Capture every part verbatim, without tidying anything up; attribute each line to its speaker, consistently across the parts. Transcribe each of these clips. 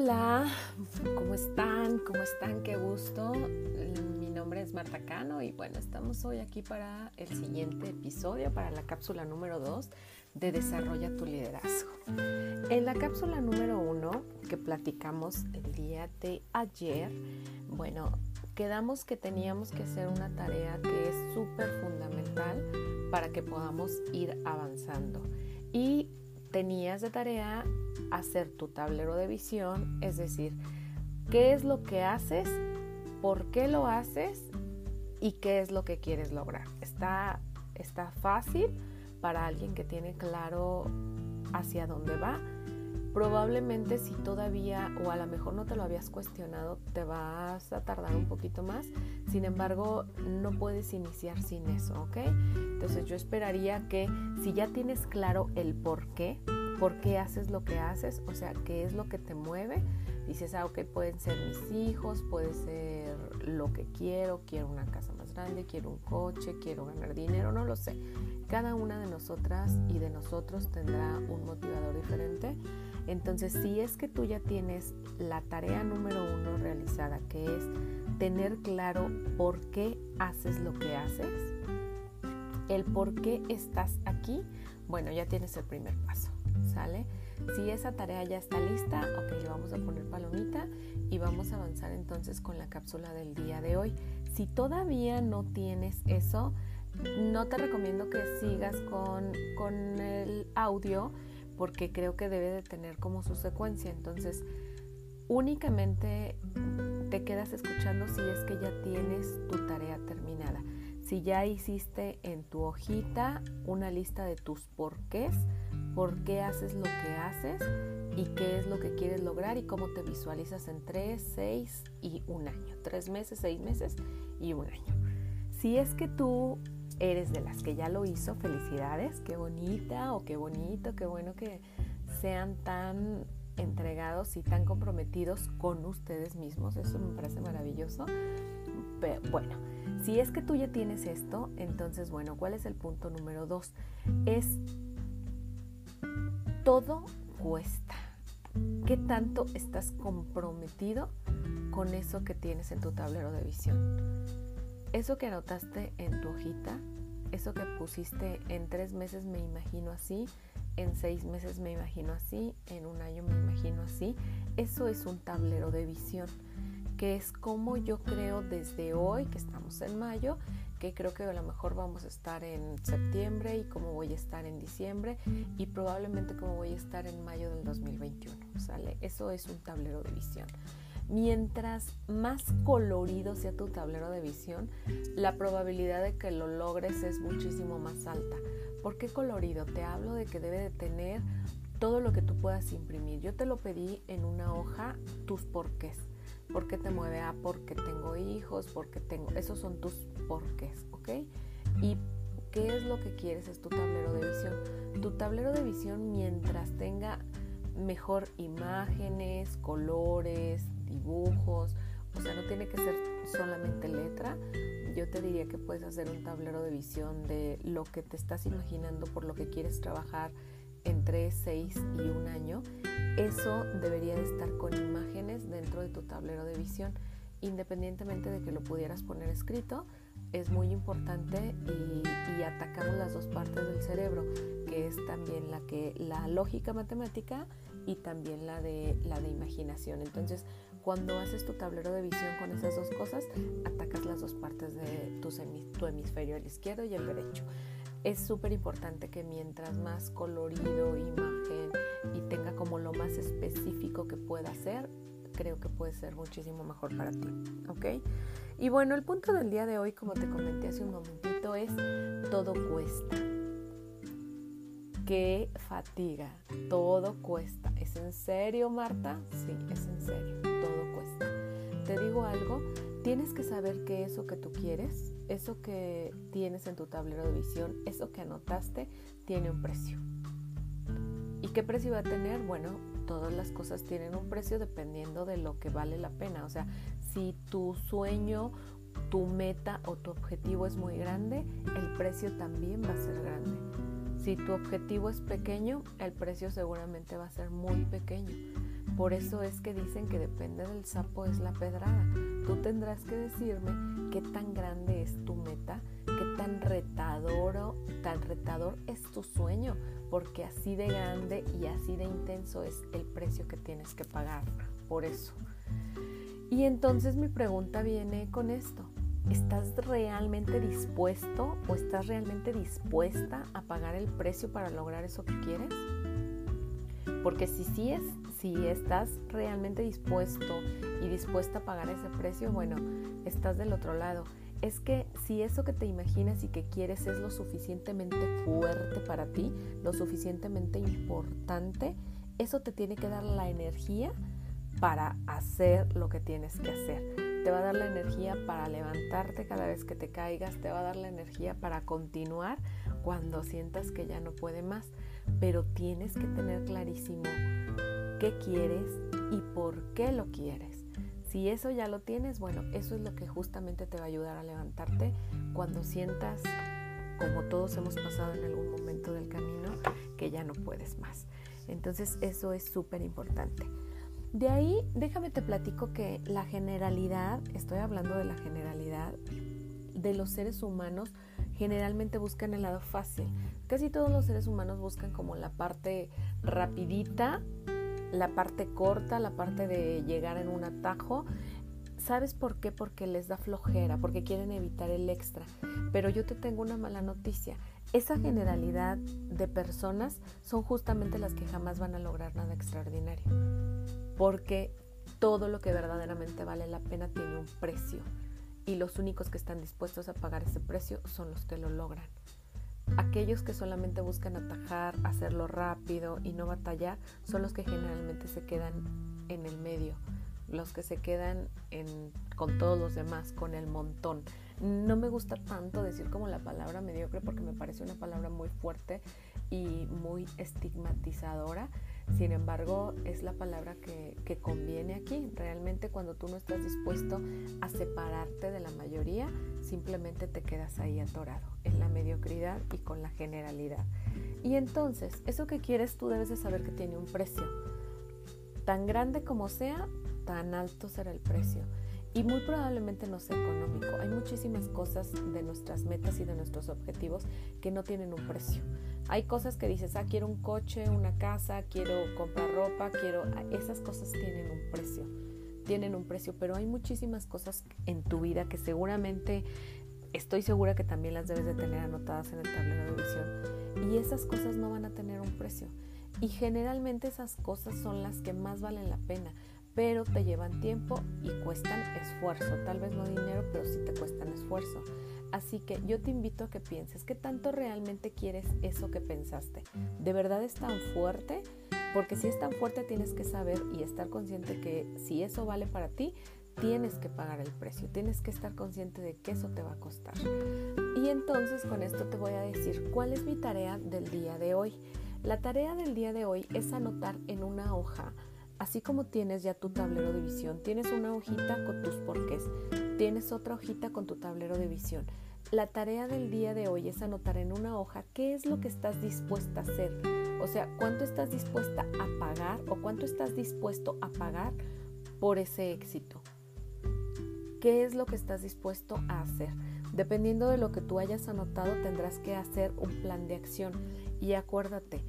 Speaker 1: Hola, ¿cómo están? ¿Cómo están? Qué gusto. Mi nombre es Marta Cano y bueno, estamos hoy aquí para el siguiente episodio, para la cápsula número dos de Desarrolla tu liderazgo. En la cápsula número uno que platicamos el día de ayer, bueno, quedamos que teníamos que hacer una tarea que es súper fundamental para que podamos ir avanzando. Y tenías de tarea hacer tu tablero de visión, es decir, qué es lo que haces, por qué lo haces y qué es lo que quieres lograr. Está, está fácil para alguien que tiene claro hacia dónde va. Probablemente si todavía, o a lo mejor no te lo habías cuestionado, te vas a tardar un poquito más. Sin embargo, no puedes iniciar sin eso, ¿ok? Entonces yo esperaría que si ya tienes claro el por qué, por qué haces lo que haces, o sea, qué es lo que te mueve, dices, ah, ok, pueden ser mis hijos, puede ser lo que quiero, quiero una casa más grande, quiero un coche, quiero ganar dinero, no lo sé. Cada una de nosotras y de nosotros tendrá un motivador diferente. Entonces, si es que tú ya tienes la tarea número uno realizada, que es tener claro por qué haces lo que haces, el por qué estás aquí, bueno, ya tienes el primer paso, ¿sale? Si esa tarea ya está lista, ok, le vamos a poner palomita y vamos a avanzar entonces con la cápsula del día de hoy. Si todavía no tienes eso, no te recomiendo que sigas con, con el audio, porque creo que debe de tener como su secuencia. Entonces, únicamente te quedas escuchando si es que ya tienes tu tarea terminada. Si ya hiciste en tu hojita una lista de tus porqués, por qué haces lo que haces y qué es lo que quieres lograr y cómo te visualizas en tres, seis y un año. Tres meses, seis meses y un año. Si es que tú eres de las que ya lo hizo, felicidades, qué bonita o qué bonito, qué bueno que sean tan entregados y tan comprometidos con ustedes mismos, eso me parece maravilloso. Pero bueno, si es que tú ya tienes esto, entonces bueno, ¿cuál es el punto número dos? Es todo cuesta. ¿Qué tanto estás comprometido con eso que tienes en tu tablero de visión? Eso que anotaste en tu hojita, eso que pusiste en tres meses me imagino así, en seis meses me imagino así, en un año me imagino así, eso es un tablero de visión, que es como yo creo desde hoy, que estamos en mayo, que creo que a lo mejor vamos a estar en septiembre y cómo voy a estar en diciembre y probablemente cómo voy a estar en mayo del dos mil veintiuno, ¿sale? Eso es un tablero de visión. Mientras más colorido sea tu tablero de visión, la probabilidad de que lo logres es muchísimo más alta. ¿Por qué colorido? Te hablo de que debe de tener todo lo que tú puedas imprimir. Yo te lo pedí en una hoja, tus porqués. ¿Por qué te mueve? Ah, porque tengo hijos, porque tengo... Esos son tus porqués, ¿ok? Y ¿qué es lo que quieres? Es tu tablero de visión. Tu tablero de visión, mientras tenga mejor imágenes, colores, dibujos, o sea, no tiene que ser solamente letra. Yo te diría que puedes hacer un tablero de visión de lo que te estás imaginando, por lo que quieres trabajar en tres, seis y un año. Eso debería de estar con imágenes dentro de tu tablero de visión, independientemente de que lo pudieras poner escrito. Es muy importante y, y atacamos las dos partes del cerebro, que es también la que la lógica matemática y también la de la de imaginación. Entonces, cuando haces tu tablero de visión con esas dos cosas, atacas las dos partes de tu, hemis, tu hemisferio, el izquierdo y el derecho. Es súper importante que mientras más colorido, imagen y tenga como lo más específico que pueda ser, creo que puede ser muchísimo mejor para ti, ¿ok? Y bueno, el punto del día de hoy, como te comenté hace un momentito, es todo cuesta. ¡Qué fatiga! Todo cuesta. ¿Es en serio, Marta? Sí, es en serio. Todo cuesta. Te digo algo, tienes que saber que eso que tú quieres, eso que tienes en tu tablero de visión, eso que anotaste, tiene un precio. ¿Y qué precio va a tener? Bueno, todas las cosas tienen un precio dependiendo de lo que vale la pena. O sea, si tu sueño, tu meta o tu objetivo es muy grande, el precio también va a ser grande. Si tu objetivo es pequeño, el precio seguramente va a ser muy pequeño. Por eso es que dicen que depende del sapo es la pedrada. Tú tendrás que decirme qué tan grande es tu meta, qué tan retador, tan retador es tu sueño, porque así de grande y así de intenso es el precio que tienes que pagar por eso. Y entonces mi pregunta viene con esto. ¿Estás realmente dispuesto o estás realmente dispuesta a pagar el precio para lograr eso que quieres? Porque si sí es, si estás realmente dispuesto y dispuesta a pagar ese precio, bueno, estás del otro lado. Es que si eso que te imaginas y que quieres es lo suficientemente fuerte para ti, lo suficientemente importante, eso te tiene que dar la energía para hacer lo que tienes que hacer. Te va a dar la energía para levantarte cada vez que te caigas, te va a dar la energía para continuar cuando sientas que ya no puede más. Pero tienes que tener clarísimo qué quieres y por qué lo quieres. Si eso ya lo tienes, bueno, eso es lo que justamente te va a ayudar a levantarte cuando sientas, como todos hemos pasado en algún momento del camino, que ya no puedes más. Entonces eso es súper importante. De ahí, déjame te platico que la generalidad, estoy hablando de la generalidad de los seres humanos, generalmente buscan el lado fácil. Casi todos los seres humanos buscan como la parte rapidita, la parte corta, la parte de llegar en un atajo. ¿Sabes por qué? Porque les da flojera, porque quieren evitar el extra. Pero yo te tengo una mala noticia. Esa generalidad de personas son justamente las que jamás van a lograr nada extraordinario. Porque todo lo que verdaderamente vale la pena tiene un precio. Y los únicos que están dispuestos a pagar ese precio son los que lo logran. Aquellos que solamente buscan atajar, hacerlo rápido y no batallar, son los que generalmente se quedan en el medio, los que se quedan en, con todos los demás, con el montón. No me gusta tanto decir como la palabra mediocre porque me parece una palabra muy fuerte y muy estigmatizadora. Sin embargo, es la palabra que, que conviene aquí. Realmente cuando tú no estás dispuesto a separarte de la mayoría, simplemente te quedas ahí atorado en la mediocridad y con la generalidad. Y entonces, eso que quieres tú debes de saber que tiene un precio. Tan grande como sea, tan alto será el precio. Y muy probablemente no sea económico. Hay muchísimas cosas de nuestras metas y de nuestros objetivos que no tienen un precio. Hay cosas que dices, ah, quiero un coche, una casa, quiero comprar ropa, quiero... Esas cosas tienen un precio, tienen un precio, pero hay muchísimas cosas en tu vida que seguramente, estoy segura que también las debes de tener anotadas en el tablero de visión. Y esas cosas no van a tener un precio. Y generalmente esas cosas son las que más valen la pena, pero te llevan tiempo y cuestan esfuerzo. Tal vez no dinero, pero sí te cuestan esfuerzo. Así que yo te invito a que pienses, ¿qué tanto realmente quieres eso que pensaste? ¿De verdad es tan fuerte? Porque si es tan fuerte tienes que saber y estar consciente que si eso vale para ti, tienes que pagar el precio. Tienes que estar consciente de que eso te va a costar. Y entonces con esto te voy a decir, ¿cuál es mi tarea del día de hoy? La tarea del día de hoy es anotar en una hoja. Así como tienes ya tu tablero de visión, tienes una hojita con tus porqués, tienes otra hojita con tu tablero de visión. La tarea del día de hoy es anotar en una hoja qué es lo que estás dispuesta a hacer. O sea, cuánto estás dispuesta a pagar o cuánto estás dispuesto a pagar por ese éxito. ¿Qué es lo que estás dispuesto a hacer? Dependiendo de lo que tú hayas anotado, tendrás que hacer un plan de acción. Y acuérdate,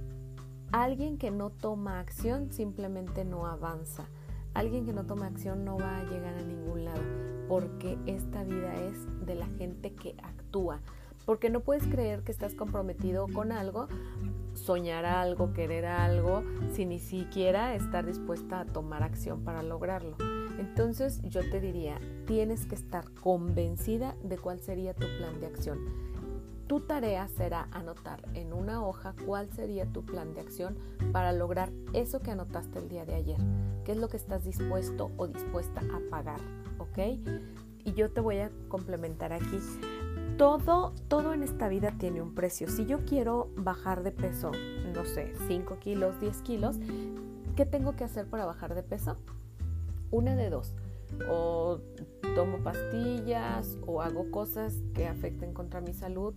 Speaker 1: alguien que no toma acción simplemente no avanza. Alguien que no toma acción no va a llegar a ningún lado, porque esta vida es de la gente que actúa. Porque no puedes creer que estás comprometido con algo, soñar algo, querer algo, sin ni siquiera estar dispuesta a tomar acción para lograrlo. Entonces yo te diría, tienes que estar convencida de cuál sería tu plan de acción. Tu tarea será anotar en una hoja cuál sería tu plan de acción para lograr eso que anotaste el día de ayer. ¿Qué es lo que estás dispuesto o dispuesta a pagar? ¿Ok? Y yo te voy a complementar aquí. Todo, todo en esta vida tiene un precio. Si yo quiero bajar de peso, no sé, cinco kilos, diez kilos, ¿qué tengo que hacer para bajar de peso? Una de dos. O tomo pastillas o hago cosas que afecten contra mi salud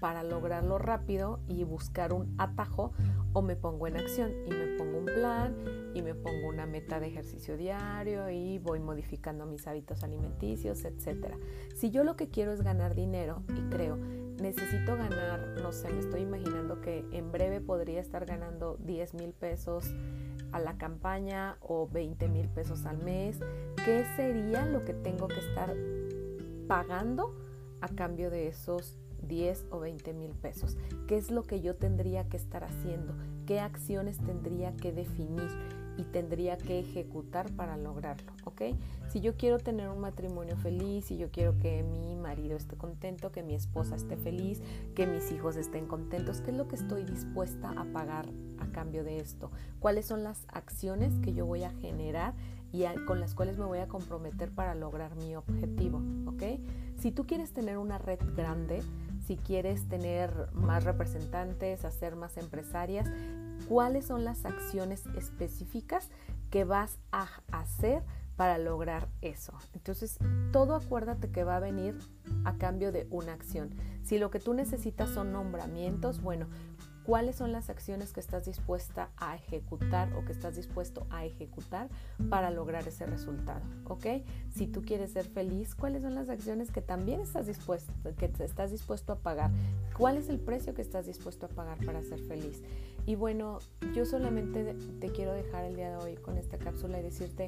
Speaker 1: para lograrlo rápido y buscar un atajo, o me pongo en acción y me pongo un plan y me pongo una meta de ejercicio diario y voy modificando mis hábitos alimenticios, etcétera. Si yo lo que quiero es ganar dinero y creo, necesito ganar, no sé, me estoy imaginando que en breve podría estar ganando diez mil pesos a la campaña o veinte mil pesos al mes, ¿qué sería lo que tengo que estar pagando a cambio de esos diez o veinte mil pesos? ¿Qué es lo que yo tendría que estar haciendo? ¿Qué acciones tendría que definir y tendría que ejecutar para lograrlo? ¿Ok? Si yo quiero tener un matrimonio feliz, si yo quiero que mi marido esté contento, que mi esposa esté feliz, que mis hijos estén contentos, ¿qué es lo que estoy dispuesta a pagar a cambio de esto? ¿Cuáles son las acciones que yo voy a generar y a, con las cuales me voy a comprometer para lograr mi objetivo? ¿Ok? Si tú quieres tener una red grande, si quieres tener más representantes, hacer más empresarias, ¿cuáles son las acciones específicas que vas a hacer para lograr eso? Entonces, todo acuérdate que va a venir a cambio de una acción. Si lo que tú necesitas son nombramientos, bueno, ¿cuáles son las acciones que estás dispuesta a ejecutar o que estás dispuesto a ejecutar para lograr ese resultado? ¿Ok? Si tú quieres ser feliz, ¿cuáles son las acciones que también estás dispuesto, que estás dispuesto a pagar? ¿Cuál es el precio que estás dispuesto a pagar para ser feliz? Y bueno, yo solamente te quiero dejar el día de hoy con esta cápsula y decirte,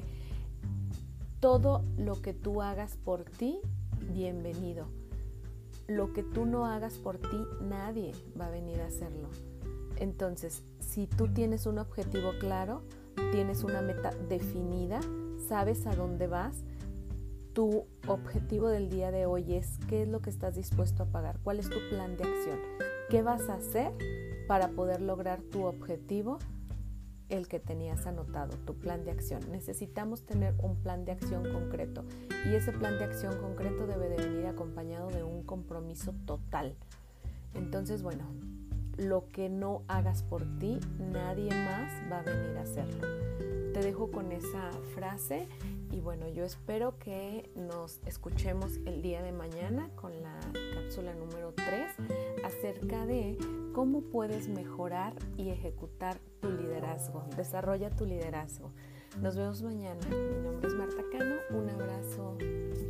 Speaker 1: todo lo que tú hagas por ti, bienvenido. Lo que tú no hagas por ti, nadie va a venir a hacerlo. Entonces, si tú tienes un objetivo claro, tienes una meta definida, sabes a dónde vas, tu objetivo del día de hoy es qué es lo que estás dispuesto a pagar, cuál es tu plan de acción, qué vas a hacer para poder lograr tu objetivo, el que tenías anotado, tu plan de acción. Necesitamos tener un plan de acción concreto y ese plan de acción concreto debe de venir acompañado de un compromiso total. Entonces, bueno, lo que no hagas por ti, nadie más va a venir a hacerlo. Te dejo con esa frase y bueno, yo espero que nos escuchemos el día de mañana con la cápsula número tres acerca de cómo puedes mejorar y ejecutar tu liderazgo. Desarrolla tu liderazgo. Nos vemos mañana. Mi nombre es Marta Cano. Un abrazo.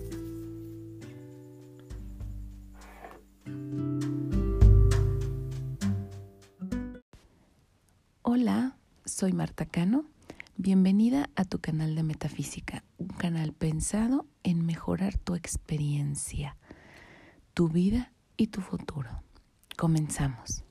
Speaker 2: Hola, soy Marta Cano. Bienvenida a tu canal de Metafísica, un canal pensado en mejorar tu experiencia, tu vida y tu futuro. Comenzamos.